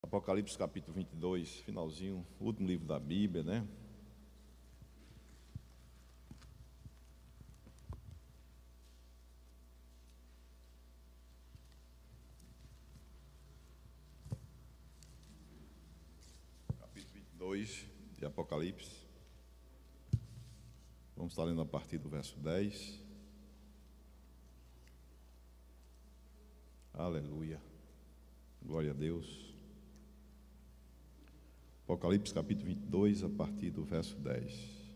Apocalipse capítulo 22, finalzinho, último livro da Bíblia, né? Capítulo 22 de Apocalipse. Vamos estar lendo a partir do verso 10. Aleluia. Glória a Deus. Apocalipse capítulo 22, a partir do verso 10.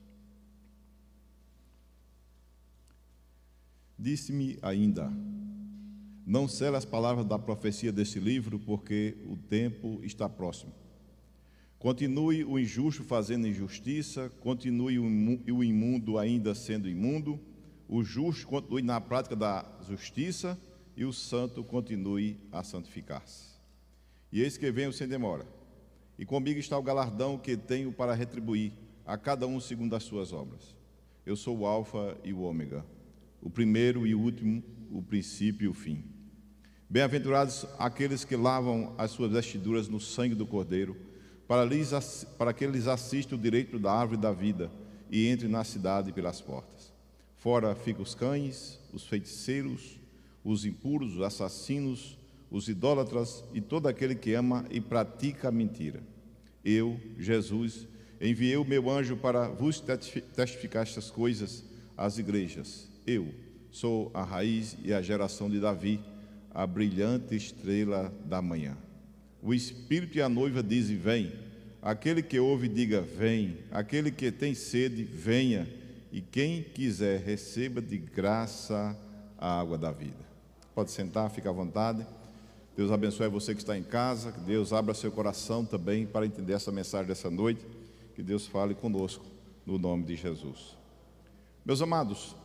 Disse-me ainda: não sela as palavras da profecia desse livro, porque o tempo está próximo. Continue o injusto fazendo injustiça, continue o imundo ainda sendo imundo, o justo continue na prática da justiça e o santo continue a santificar-se. E eis que venho sem demora. E comigo está o galardão que tenho para retribuir a cada um segundo as suas obras. Eu sou o Alfa e o Ômega, o primeiro e o último, o princípio e o fim. Bem-aventurados aqueles que lavam as suas vestiduras no sangue do Cordeiro, para que lhes assista o direito da árvore da vida e entre na cidade pelas portas. Fora ficam os cães, os feiticeiros, os impuros, os assassinos, os idólatras e todo aquele que ama e pratica a mentira. Eu, Jesus, enviei o meu anjo para vos testificar estas coisas às igrejas. Eu sou a raiz e a geração de Davi, a brilhante estrela da manhã. O Espírito e a noiva dizem: vem. Aquele que ouve, diga: vem. Aquele que tem sede, venha. E quem quiser, receba de graça a água da vida. Pode sentar, fica à vontade. Deus abençoe você que está em casa, que Deus abra seu coração também para entender essa mensagem dessa noite, que Deus fale conosco, no nome de Jesus. Meus amados,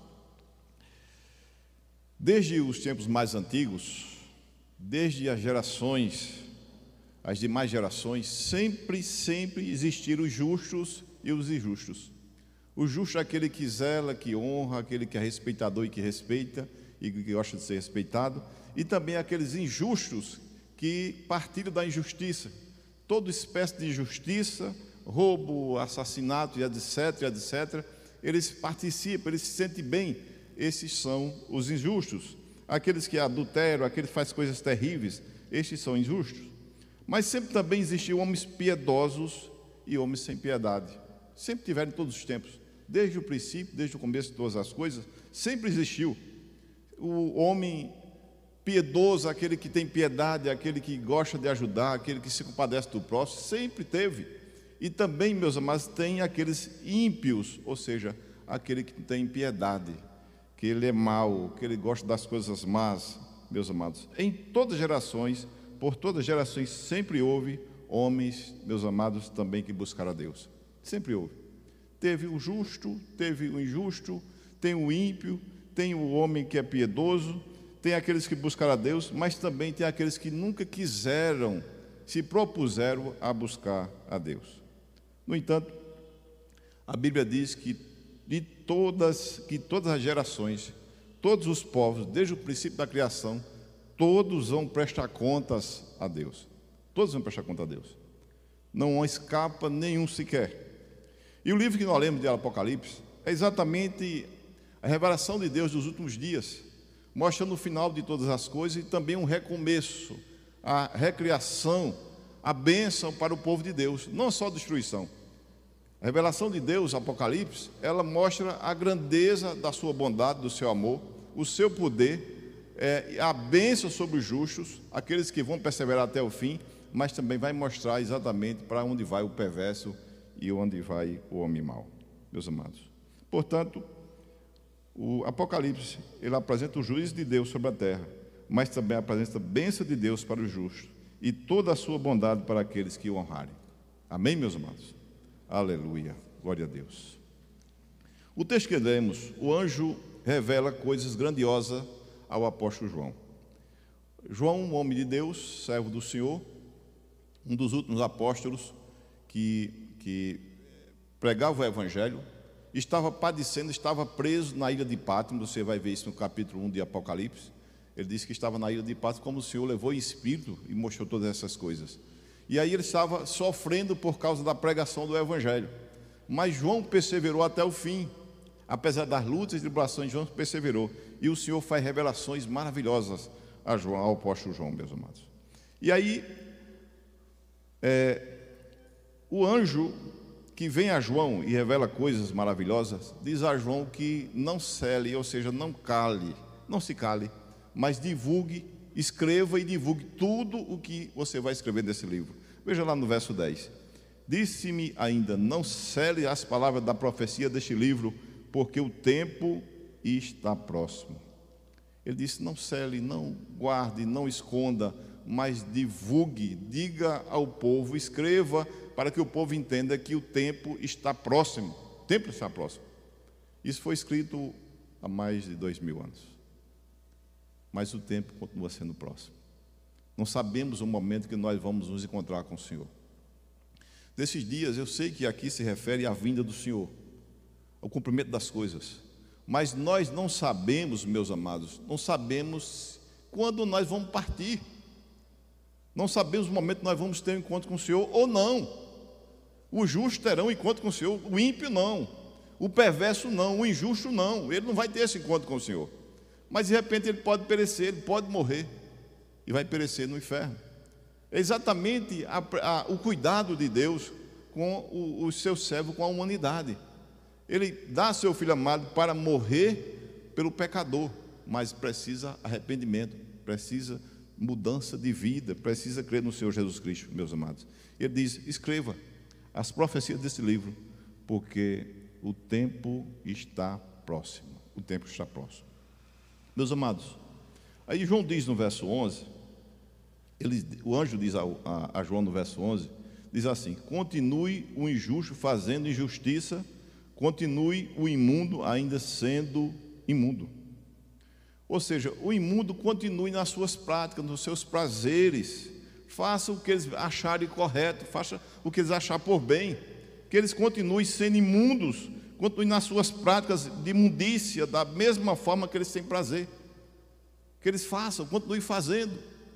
desde os tempos mais antigos, desde as demais gerações, sempre existiram os justos e os injustos. O justo é aquele que zela, que honra, aquele que é respeitador e que respeita, e que gosta de ser respeitado, e também aqueles injustos que partilham da injustiça, toda espécie de injustiça, roubo, assassinato e etc, eles participam, eles se sentem bem. Esses são os injustos. Aqueles que adulteram, aqueles que fazem coisas terríveis, estes são injustos. Mas sempre também existiam homens piedosos e homens sem piedade. Sempre tiveram em todos os tempos, desde o princípio, desde o começo de todas as coisas, sempre existiu. O homem piedoso, aquele que tem piedade, aquele que gosta de ajudar, aquele que se compadece do próximo, sempre teve. E também, meus amados, tem aqueles ímpios, ou seja, aquele que tem piedade, que ele é mau, que ele gosta das coisas más, meus amados. Em todas as gerações, por todas as gerações, sempre houve homens, meus amados, também que buscaram a Deus. Sempre houve. Teve o justo, teve o injusto, tem o ímpio, tem o homem que é piedoso, tem aqueles que buscaram a Deus, mas também tem aqueles que nunca quiseram, se propuseram a buscar a Deus. No entanto, a Bíblia diz que todas as gerações, todos os povos, desde o princípio da criação, todos vão prestar contas a Deus. Todos vão prestar conta a Deus. Não escapa nenhum sequer. E o livro que nós lemos de Apocalipse é exatamente a revelação de Deus dos últimos dias, mostrando o final de todas as coisas e também um recomeço, a recriação, a bênção para o povo de Deus, não só a destruição. A revelação de Deus, Apocalipse, ela mostra a grandeza da sua bondade, do seu amor, o seu poder, a bênção sobre os justos, aqueles que vão perseverar até o fim, mas também vai mostrar exatamente para onde vai o perverso e onde vai o homem mau, meus amados. Portanto, o Apocalipse, ele apresenta o juízo de Deus sobre a terra, mas também apresenta a bênção de Deus para os justos e toda a sua bondade para aqueles que o honrarem. Amém, meus amados? Aleluia, glória a Deus. O texto que lemos, o anjo revela coisas grandiosas ao apóstolo João. João, um homem de Deus, servo do Senhor, um dos últimos apóstolos que pregava o evangelho, estava padecendo, estava preso na ilha de Patmos. Você vai ver isso no capítulo 1 de Apocalipse. Ele disse que estava na ilha de Patmos, como o Senhor levou em espírito e mostrou todas essas coisas. E aí ele estava sofrendo por causa da pregação do Evangelho. Mas João perseverou até o fim. Apesar das lutas e tribulações, João perseverou. E o Senhor faz revelações maravilhosas a João, ao apóstolo João, meus amados. E aí, o anjo que vem a João e revela coisas maravilhosas, diz a João que não cele, ou seja, não cale, não se cale, mas divulgue, escreva e divulgue tudo o que você vai escrever nesse livro. Veja lá no verso 10. Disse-me ainda, não cele as palavras da profecia deste livro, porque o tempo está próximo. Ele disse, não cele, não guarde, não esconda, mas divulgue, diga ao povo, escreva, para que o povo entenda que o tempo está próximo. O tempo está próximo. Isso foi escrito há mais de 2000 anos. Mas o tempo continua sendo próximo. Não sabemos o momento que nós vamos nos encontrar com o Senhor. Nesses dias, eu sei que aqui se refere à vinda do Senhor, ao cumprimento das coisas. Mas nós não sabemos, meus amados, não sabemos quando nós vamos partir. Não sabemos o momento que nós vamos ter um encontro com o Senhor ou não. O justo terá um encontro com o Senhor, o ímpio não. O perverso não, o injusto não. Ele não vai ter esse encontro com o Senhor. Mas de repente ele pode perecer, ele pode morrer e vai perecer no inferno. É exatamente o cuidado de Deus com o seu servo, com a humanidade. Ele dá seu filho amado para morrer pelo pecador, mas precisa arrependimento, precisa mudança de vida, precisa crer no Senhor Jesus Cristo, meus amados. Ele diz, escreva as profecias desse livro, porque o tempo está próximo. O tempo está próximo. Meus amados, aí João diz no verso 11, o anjo diz a João no verso 11, diz assim, continue o injusto fazendo injustiça, continue o imundo ainda sendo imundo. Ou seja, o imundo continue nas suas práticas, nos seus prazeres, faça o que eles acharem correto, faça o que eles acharem por bem, que eles continuem sendo imundos, continuem nas suas práticas de imundícia, da mesma forma que eles têm prazer, que eles façam, continuem fazendo.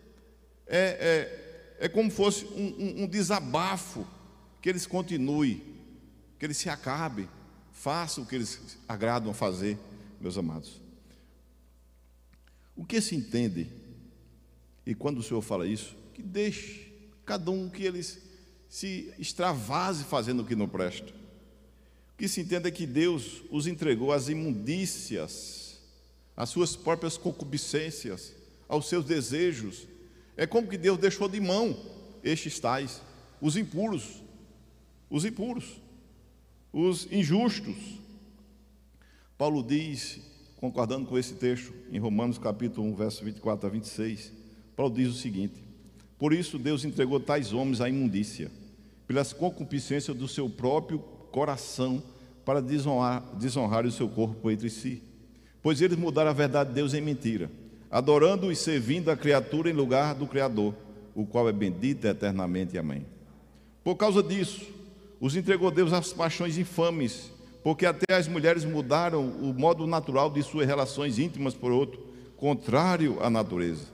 É como fosse um desabafo, que eles continuem, que eles se acabem, façam o que eles agradam a fazer, meus amados. O que se entende, e quando o Senhor fala isso, que deixe cada um que eles se extravase fazendo o que não presta. O que se entende é que Deus os entregou às imundícias, às suas próprias concupiscências, aos seus desejos. É como que Deus deixou de mão estes tais, os impuros, os injustos. Paulo diz, concordando com esse texto, em Romanos capítulo 1, verso 24 a 26, Paulo diz o seguinte, por isso Deus entregou tais homens à imundícia, pelas concupiscências do seu próprio coração, para desonrar o seu corpo entre si. Pois eles mudaram a verdade de Deus em mentira, adorando e servindo a criatura em lugar do Criador, o qual é bendito eternamente. Amém. Por causa disso, os entregou Deus às paixões infames, porque até as mulheres mudaram o modo natural de suas relações íntimas por outro, contrário à natureza.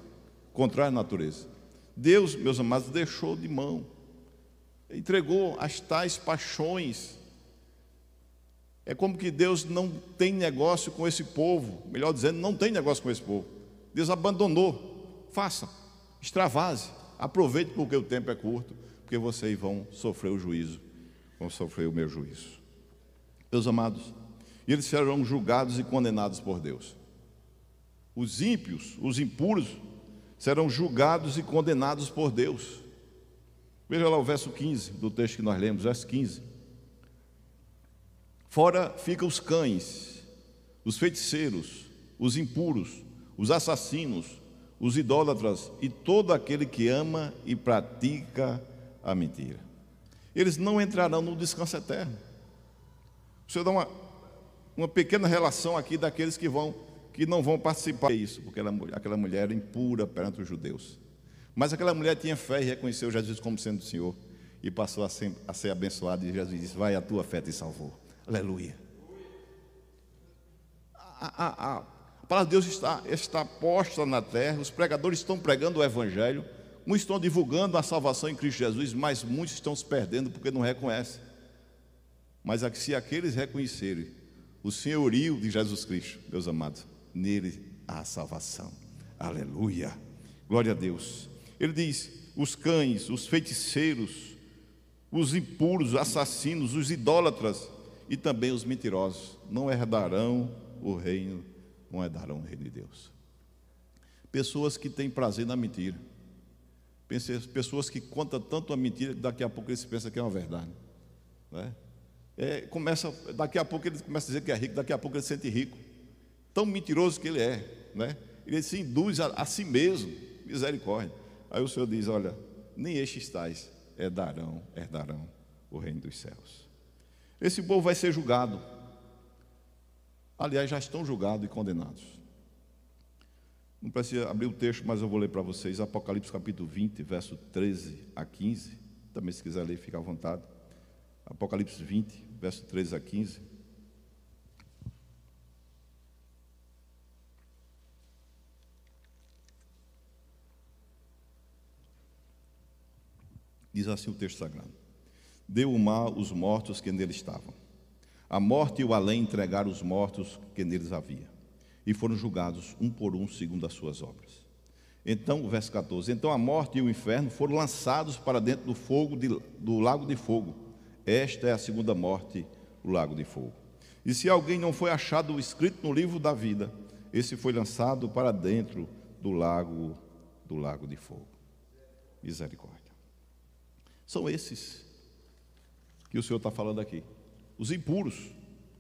Deus, meus amados, deixou de mão, entregou as tais paixões. É como que Deus não tem negócio com esse povo, melhor dizendo, não tem negócio com esse povo. Deus abandonou. Faça, extravase, aproveite porque o tempo é curto, porque vocês vão sofrer o juízo, vão sofrer o meu juízo. Meus amados, e eles serão julgados e condenados por Deus. Os ímpios, os impuros, serão julgados e condenados por Deus. Veja lá o verso 15 do texto que nós lemos, verso 15. Fora ficam os cães, os feiticeiros, os impuros, os assassinos, os idólatras e todo aquele que ama e pratica a mentira. Eles não entrarão no descanso eterno. O Senhor dá uma pequena relação aqui daqueles que não vão participar disso, porque aquela mulher era impura perante os judeus. Mas aquela mulher tinha fé e reconheceu Jesus como sendo o Senhor e passou a ser abençoada, e Jesus disse, vai, a tua fé te salvou. Aleluia. A palavra de Deus está posta na terra, os pregadores estão pregando o Evangelho, Muitos estão divulgando a salvação em Cristo Jesus, mas muitos estão se perdendo porque não reconhecem. Mas se aqueles reconhecerem o senhorio de Jesus Cristo, meus amados, nele há salvação. Aleluia, glória a Deus. Ele diz: os cães, os feiticeiros, os impuros, os assassinos, os idólatras e também os mentirosos não herdarão o reino de Deus. Pessoas que têm prazer na mentira, pessoas que contam tanto a mentira que daqui a pouco eles pensam que é uma verdade, né? Daqui a pouco ele começa a dizer que é rico, daqui a pouco ele se sente rico, tão mentiroso que ele é, né? Ele se induz a si mesmo, misericórdia. Aí o Senhor diz: olha, nem estes tais herdarão o reino dos céus. Esse povo vai ser julgado. Aliás, já estão julgados e condenados. Não precisa abrir o texto, mas eu vou ler para vocês. Apocalipse capítulo 20, verso 13 a 15. Também, se quiser ler, fica à vontade. Apocalipse 20, verso 13 a 15. Diz assim o texto sagrado: deu o mar os mortos que nele estavam. A morte e o além entregaram os mortos que neles havia, e foram julgados um por um segundo as suas obras. Então, verso 14: então a morte e o inferno foram lançados para dentro do fogo do lago de fogo. Esta é a segunda morte, o lago de fogo. E se alguém não foi achado escrito no livro da vida, esse foi lançado para dentro do lago de fogo. Misericórdia. São esses que o Senhor está falando aqui: os impuros,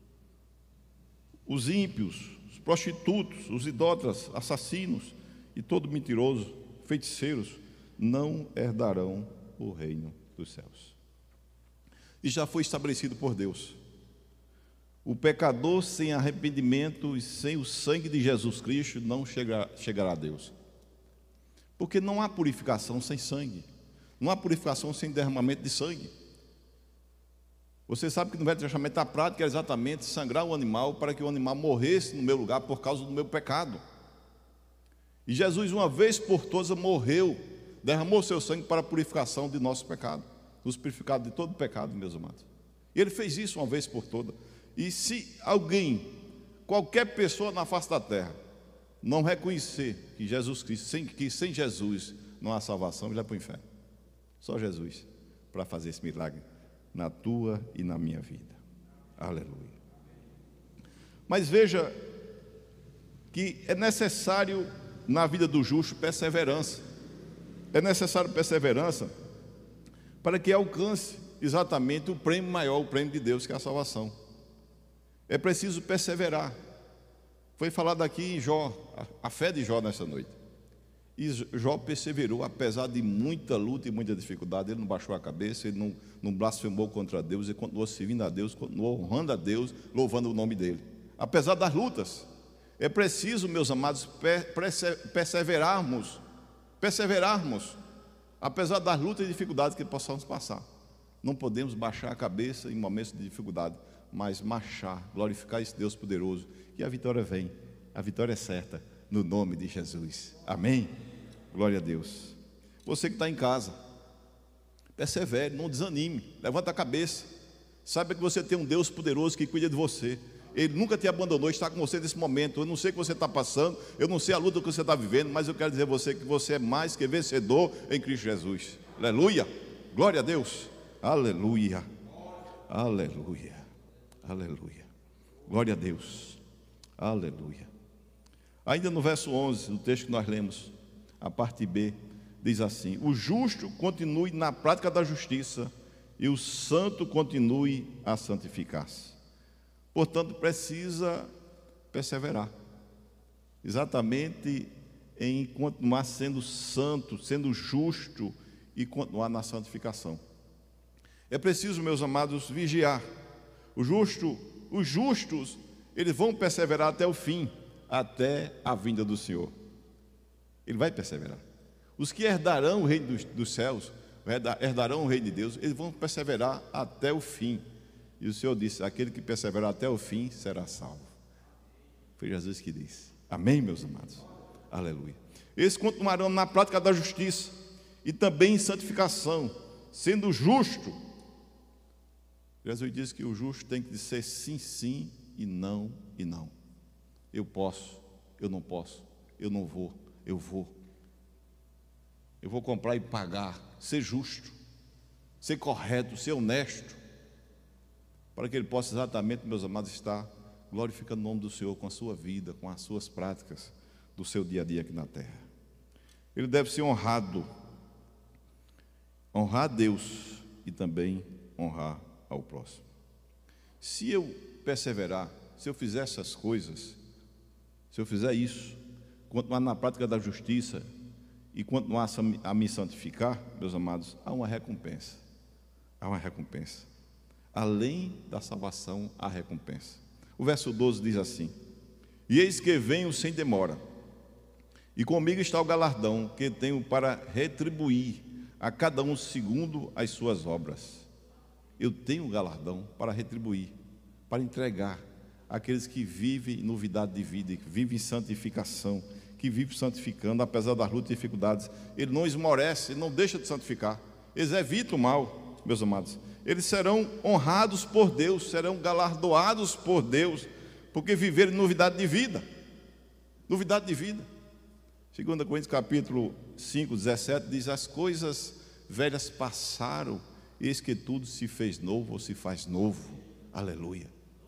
os ímpios, os prostitutos, os idólatras, assassinos e todo mentiroso, feiticeiros, não herdarão o reino dos céus. E já foi estabelecido por Deus: o pecador sem arrependimento e sem o sangue de Jesus Cristo não chegará a Deus, porque não há purificação sem sangue, não há purificação sem derramamento de sangue. Você sabe que no Velho Testamento a prática era exatamente sangrar o animal para que o animal morresse no meu lugar por causa do meu pecado. E Jesus, uma vez por todas, morreu, derramou seu sangue para a purificação de nosso pecado, nos purificados de todo pecado, meus amados. E Ele fez isso uma vez por todas. E se alguém, qualquer pessoa na face da terra, não reconhecer que Jesus Cristo, que sem Jesus não há salvação, ele vai para o inferno. Só Jesus para fazer esse milagre na tua e na minha vida. Aleluia. Mas veja que é necessário na vida do justo perseverança. É necessário perseverança para que alcance exatamente o prêmio maior, o prêmio de Deus, que é a salvação. É preciso perseverar. Foi falado aqui em Jó, a fé de Jó nessa noite. E Jó perseverou, apesar de muita luta e muita dificuldade. Ele não baixou a cabeça, ele não blasfemou contra Deus, ele continuou servindo a Deus, continuou honrando a Deus, louvando o nome dele. Apesar das lutas, é preciso, meus amados, perseverarmos, apesar das lutas e dificuldades que possamos passar. Não podemos baixar a cabeça em momentos de dificuldade, mas marchar, glorificar esse Deus poderoso, que a vitória vem, a vitória é certa, no nome de Jesus. Amém? Glória a Deus. Você que está em casa, persevere, não desanime, levanta a cabeça, saiba que você tem um Deus poderoso que cuida de você. Ele nunca te abandonou, está com você nesse momento. Eu não sei o que você está passando, eu não sei a luta que você está vivendo, mas eu quero dizer a você que você é mais que vencedor em Cristo Jesus. Aleluia, glória a Deus, aleluia, aleluia, aleluia, glória a Deus, aleluia. Ainda no verso 11, no texto que nós lemos, a parte B, diz assim: o justo continue na prática da justiça e o santo continue a santificar-se. Portanto, precisa perseverar, exatamente em continuar sendo santo, sendo justo e continuar na santificação. É preciso, meus amados, vigiar. Os justos, eles vão perseverar até o fim, até a vinda do Senhor. Ele vai perseverar. Os que herdarão o reino dos céus, herdarão o reino de Deus, eles vão perseverar até o fim. E o Senhor disse: aquele que perseverar até o fim será salvo. Foi Jesus que disse. Amém, meus amados? Aleluia. Eles continuarão na prática da justiça e também em santificação, sendo justo. Jesus diz que o justo tem que dizer sim, sim e não e não. Eu posso, eu não posso, eu não vou, eu vou. Eu vou comprar e pagar, ser justo, ser correto, ser honesto, para que ele possa exatamente, meus amados, estar glorificando o nome do Senhor com a sua vida, com as suas práticas do seu dia a dia aqui na terra. Ele deve ser honrado, honrar a Deus e também honrar ao próximo. Se eu perseverar, se eu fizer essas coisas, se eu fizer isso, continuar na prática da justiça e continuar a me santificar, meus amados, há uma recompensa. Há uma recompensa. Além da salvação, há recompensa. O verso 12 diz assim: e eis que venho sem demora, e comigo está o galardão que tenho para retribuir a cada um segundo as suas obras. Eu tenho um galardão para retribuir, para entregar àqueles que vivem em novidade de vida, que vivem em santificação, que vivem santificando, apesar das lutas e dificuldades. Ele não esmorece, ele não deixa de santificar, eles evitam o mal, meus amados. Eles serão honrados por Deus, serão galardoados por Deus, porque viveram em novidade de vida. Novidade de vida. 2 Coríntios capítulo 5, 17 diz: as coisas velhas passaram, eis que tudo se fez novo, ou se faz novo. Aleluia.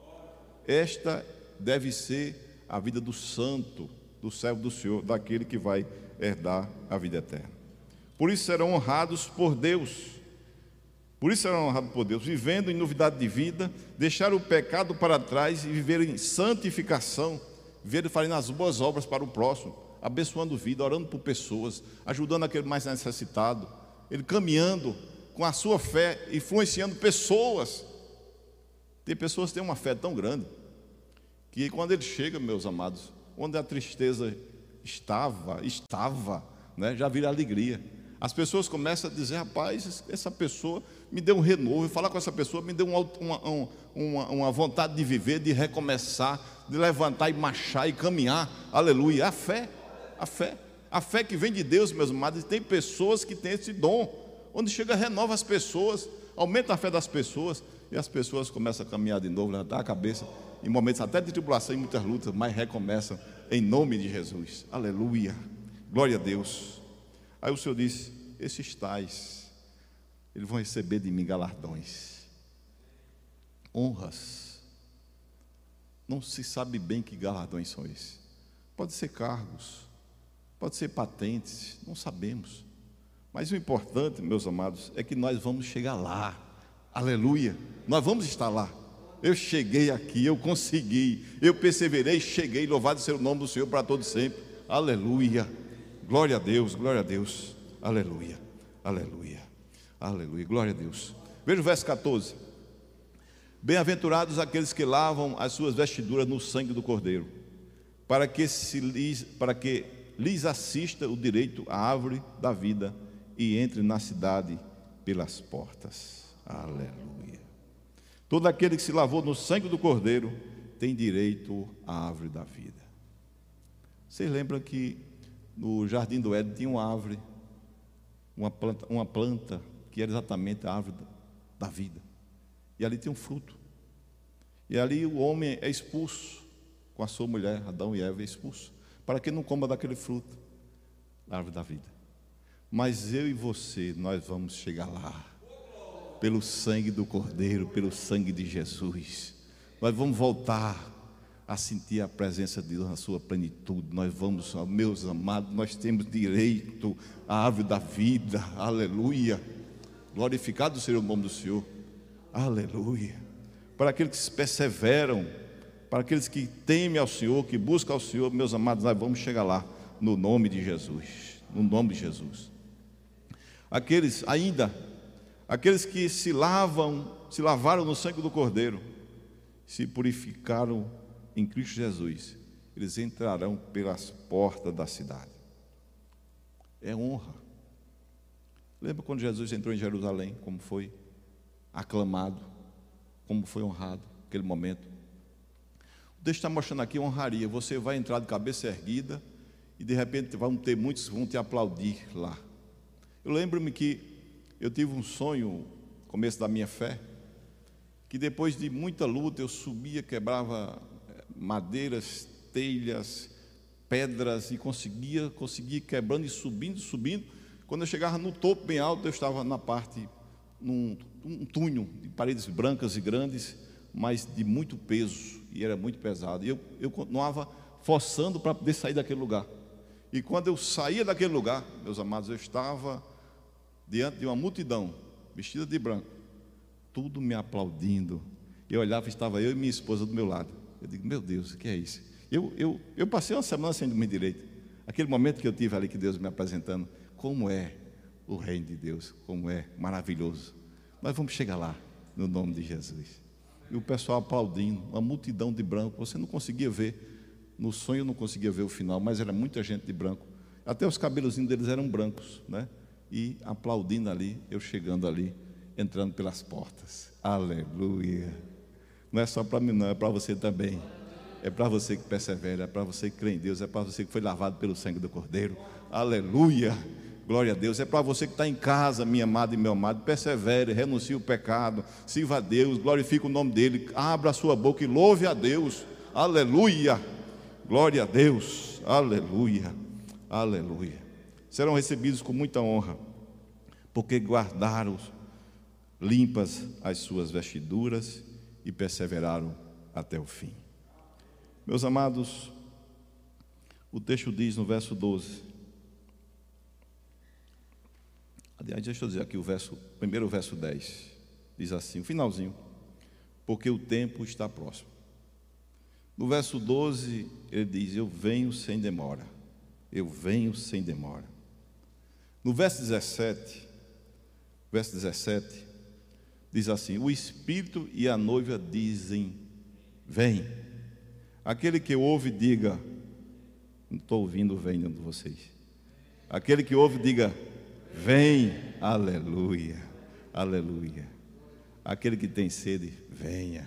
Esta deve ser a vida do santo, do servo do Senhor, daquele que vai herdar a vida eterna. Por isso serão honrados por Deus. Por isso serão honrados por Deus, vivendo em novidade de vida, deixar o pecado para trás e viver em santificação, viver fazendo as boas obras para o próximo, abençoando vida, orando por pessoas, ajudando aquele mais necessitado, ele caminhando com a sua fé, influenciando pessoas. Tem pessoas que têm uma fé tão grande, que quando ele chega, meus amados, onde a tristeza estava, né, já vira alegria. As pessoas começam a dizer: rapaz, essa pessoa me deu um renovo. Falar com essa pessoa me deu uma vontade de viver, de recomeçar, de levantar e marchar e caminhar. Aleluia. A fé que vem de Deus, meus amados. E tem pessoas que têm esse dom, onde chega, renova as pessoas, aumenta a fé das pessoas, e as pessoas começam a caminhar de novo, levantar a cabeça, em momentos até de tribulação e muitas lutas, mas recomeçam em nome de Jesus. Aleluia. Glória a Deus. Aí o Senhor disse: esses tais, eles vão receber de mim galardões, honras. Não se sabe bem que galardões são esses. Pode ser cargos, pode ser patentes, não sabemos. Mas o importante, meus amados, é que nós vamos chegar lá. Aleluia. Nós vamos estar lá. Eu cheguei aqui, eu consegui, eu perseverei, cheguei. Louvado seja o nome do Senhor para todos sempre. Aleluia. Glória a Deus, glória a Deus. Aleluia, aleluia, aleluia, glória a Deus. Veja o verso 14: bem-aventurados aqueles que lavam as suas vestiduras no sangue do Cordeiro, para que lhes assista o direito à árvore da vida e entre na cidade pelas portas. Aleluia. Todo aquele que se lavou no sangue do Cordeiro tem direito à árvore da vida. Vocês lembram que no Jardim do Éden tinha uma árvore, uma planta que era exatamente a árvore da vida, e ali tem um fruto, e ali o homem é expulso com a sua mulher, Adão e Eva é expulso, para que não coma daquele fruto, a árvore da vida. Mas eu e você, nós vamos chegar lá, pelo sangue do Cordeiro, pelo sangue de Jesus. Nós vamos voltar a sentir a presença de Deus na sua plenitude. Nós vamos, meus amados, nós temos direito à árvore da vida. Aleluia. Glorificado seja o nome do Senhor. Aleluia. Para aqueles que perseveram, para aqueles que temem ao Senhor, que buscam ao Senhor, meus amados, nós vamos chegar lá, no nome de Jesus. No nome de Jesus. Aqueles que se lavaram no sangue do Cordeiro, se purificaram em Cristo Jesus, eles entrarão pelas portas da cidade. É honra. Lembra quando Jesus entrou em Jerusalém, como foi aclamado, como foi honrado naquele momento? O texto está mostrando aqui honraria. Você vai entrar de cabeça erguida e de repente vão ter muitos que vão te aplaudir lá. Eu lembro-me que eu tive um sonho, começo da minha fé, que depois de muita luta eu subia, quebrava madeiras, telhas, pedras e conseguia ir quebrando e subindo. Quando eu chegava no topo bem alto, eu estava na parte, num túnel de paredes brancas e grandes, mas de muito peso, e era muito pesado. E eu continuava forçando para poder sair daquele lugar. E quando eu saía daquele lugar, meus amados, eu estava diante de uma multidão, vestida de branco, tudo me aplaudindo. Eu olhava, estava eu e minha esposa do meu lado. Eu digo, meu Deus, o que é isso? Eu passei uma semana sem dormir direito. Aquele momento que eu tive ali, que Deus me apresentando, como é o reino de Deus, como é maravilhoso. Nós vamos chegar lá, no nome de Jesus. E o pessoal aplaudindo, uma multidão de branco. Você não conseguia ver, no sonho eu não conseguia ver o final, mas era muita gente de branco. Até os cabelozinhos deles eram brancos, né? E aplaudindo ali, eu chegando ali, entrando pelas portas. Aleluia. Não é só para mim não, é para você também. É para você que persevera, é para você que crê em Deus, é para você que foi lavado pelo sangue do Cordeiro. Aleluia. Glória a Deus. É para você que está em casa, minha amada e meu amado. Persevere, renuncie o pecado, sirva a Deus, glorifique o nome dEle. Abra a sua boca e louve a Deus. Aleluia. Glória a Deus. Aleluia. Aleluia. Serão recebidos com muita honra, porque guardaram limpas as suas vestiduras e perseveraram até o fim. Meus amados, o texto diz no verso 12. Aliás, deixa eu dizer aqui primeiro verso 10. Diz assim, o finalzinho, porque o tempo está próximo. No verso 12, ele diz, eu venho sem demora. Eu venho sem demora. No verso 17, diz assim, o Espírito e a noiva dizem, vem. Aquele que ouve, diga, não estou ouvindo, vem dentro de vocês. Aquele que ouve, diga, vem, aleluia, aleluia. Aquele que tem sede, venha.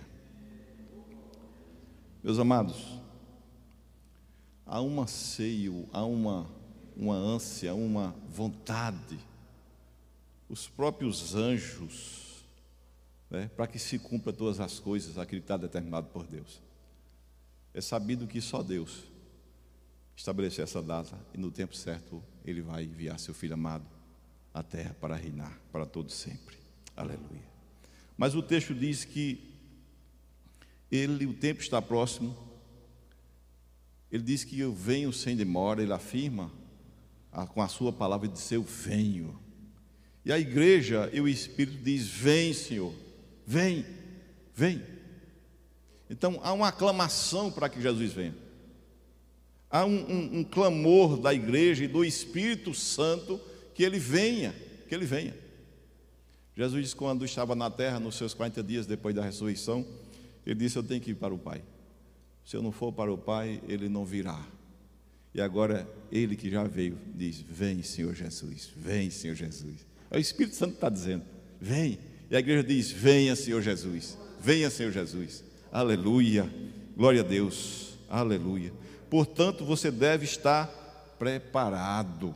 Meus amados, há um anseio, há uma ânsia, uma vontade, os próprios anjos, né, para que se cumpra todas as coisas, aquilo que está determinado por Deus. É sabido que só Deus estabeleceu essa data e no tempo certo Ele vai enviar seu Filho amado à terra para reinar para todo sempre. Aleluia. Mas o texto diz que o tempo está próximo. Ele diz que eu venho sem demora. Ele afirma com a sua palavra de ser eu venho. E a igreja e o Espírito diz, vem Senhor, vem, vem. Então há uma aclamação para que Jesus venha. Há um clamor da igreja e do Espírito Santo que Ele venha, que Ele venha. Jesus, quando estava na terra, nos seus 40 dias depois da ressurreição, Ele disse, eu tenho que ir para o Pai. Se eu não for para o Pai, Ele não virá. E agora, Ele que já veio, diz, vem Senhor Jesus, vem Senhor Jesus. É o Espírito Santo que está dizendo, vem. E a igreja diz, venha Senhor Jesus, venha Senhor Jesus. Aleluia, glória a Deus, aleluia. Portanto, você deve estar preparado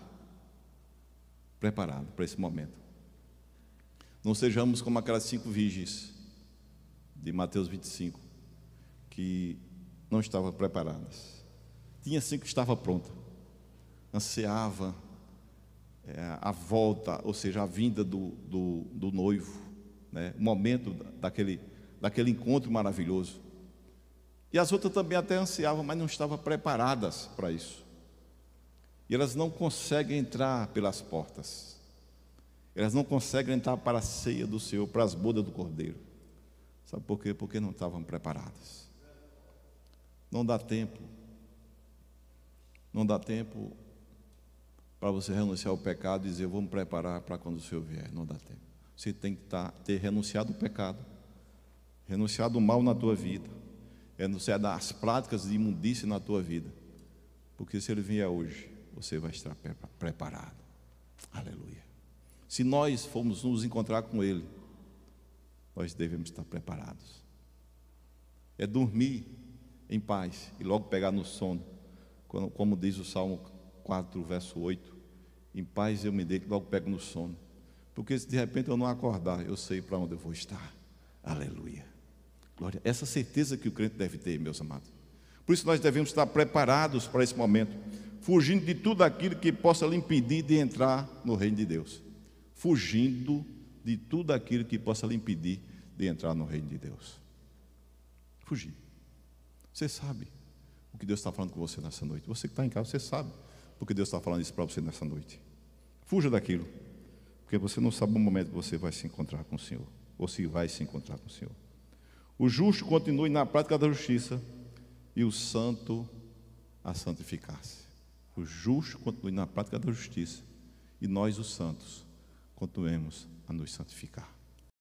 para esse momento. Não sejamos como aquelas 5 virgens de Mateus 25, que não estavam preparadas. Tinha 5 que estava pronta, ansiava a volta, ou seja, a vinda do noivo, né? O momento daquele encontro maravilhoso. E as outras também até ansiavam, mas não estavam preparadas para isso. E elas não conseguem entrar pelas portas. Elas não conseguem entrar para a ceia do Senhor, para as bodas do Cordeiro. Sabe por quê? Porque não estavam preparadas. Não dá tempo. Não dá tempo para você renunciar ao pecado e dizer, eu vou me preparar para quando o Senhor vier. Não dá tempo. Você tem que ter renunciado ao pecado, renunciado ao mal na tua vida, renunciado às práticas de imundícia na tua vida. Porque se Ele vier hoje, você vai estar preparado. Aleluia. Se nós formos nos encontrar com Ele, nós devemos estar preparados. É dormir em paz e logo pegar no sono, como diz o Salmo 4, verso 8, Em paz eu me deito, logo pego no sono. Porque se de repente eu não acordar, eu sei para onde eu vou estar. Aleluia. Glória. Essa certeza que o crente deve ter, meus amados. Por isso nós devemos estar preparados para esse momento, fugindo de tudo aquilo que possa lhe impedir de entrar no reino de Deus. Fugindo de tudo aquilo que possa lhe impedir de entrar no reino de Deus. Fugir. Você sabe o que Deus está falando com você nessa noite. Você que está em casa, você sabe o que Deus está falando isso para você nessa noite. Fuja daquilo, porque você não sabe o momento que você vai se encontrar com o Senhor, ou se vai se encontrar com o Senhor. O justo continue na prática da justiça, e o santo a santificar-se. O justo continue na prática da justiça, e nós, os santos, continuemos a nos santificar.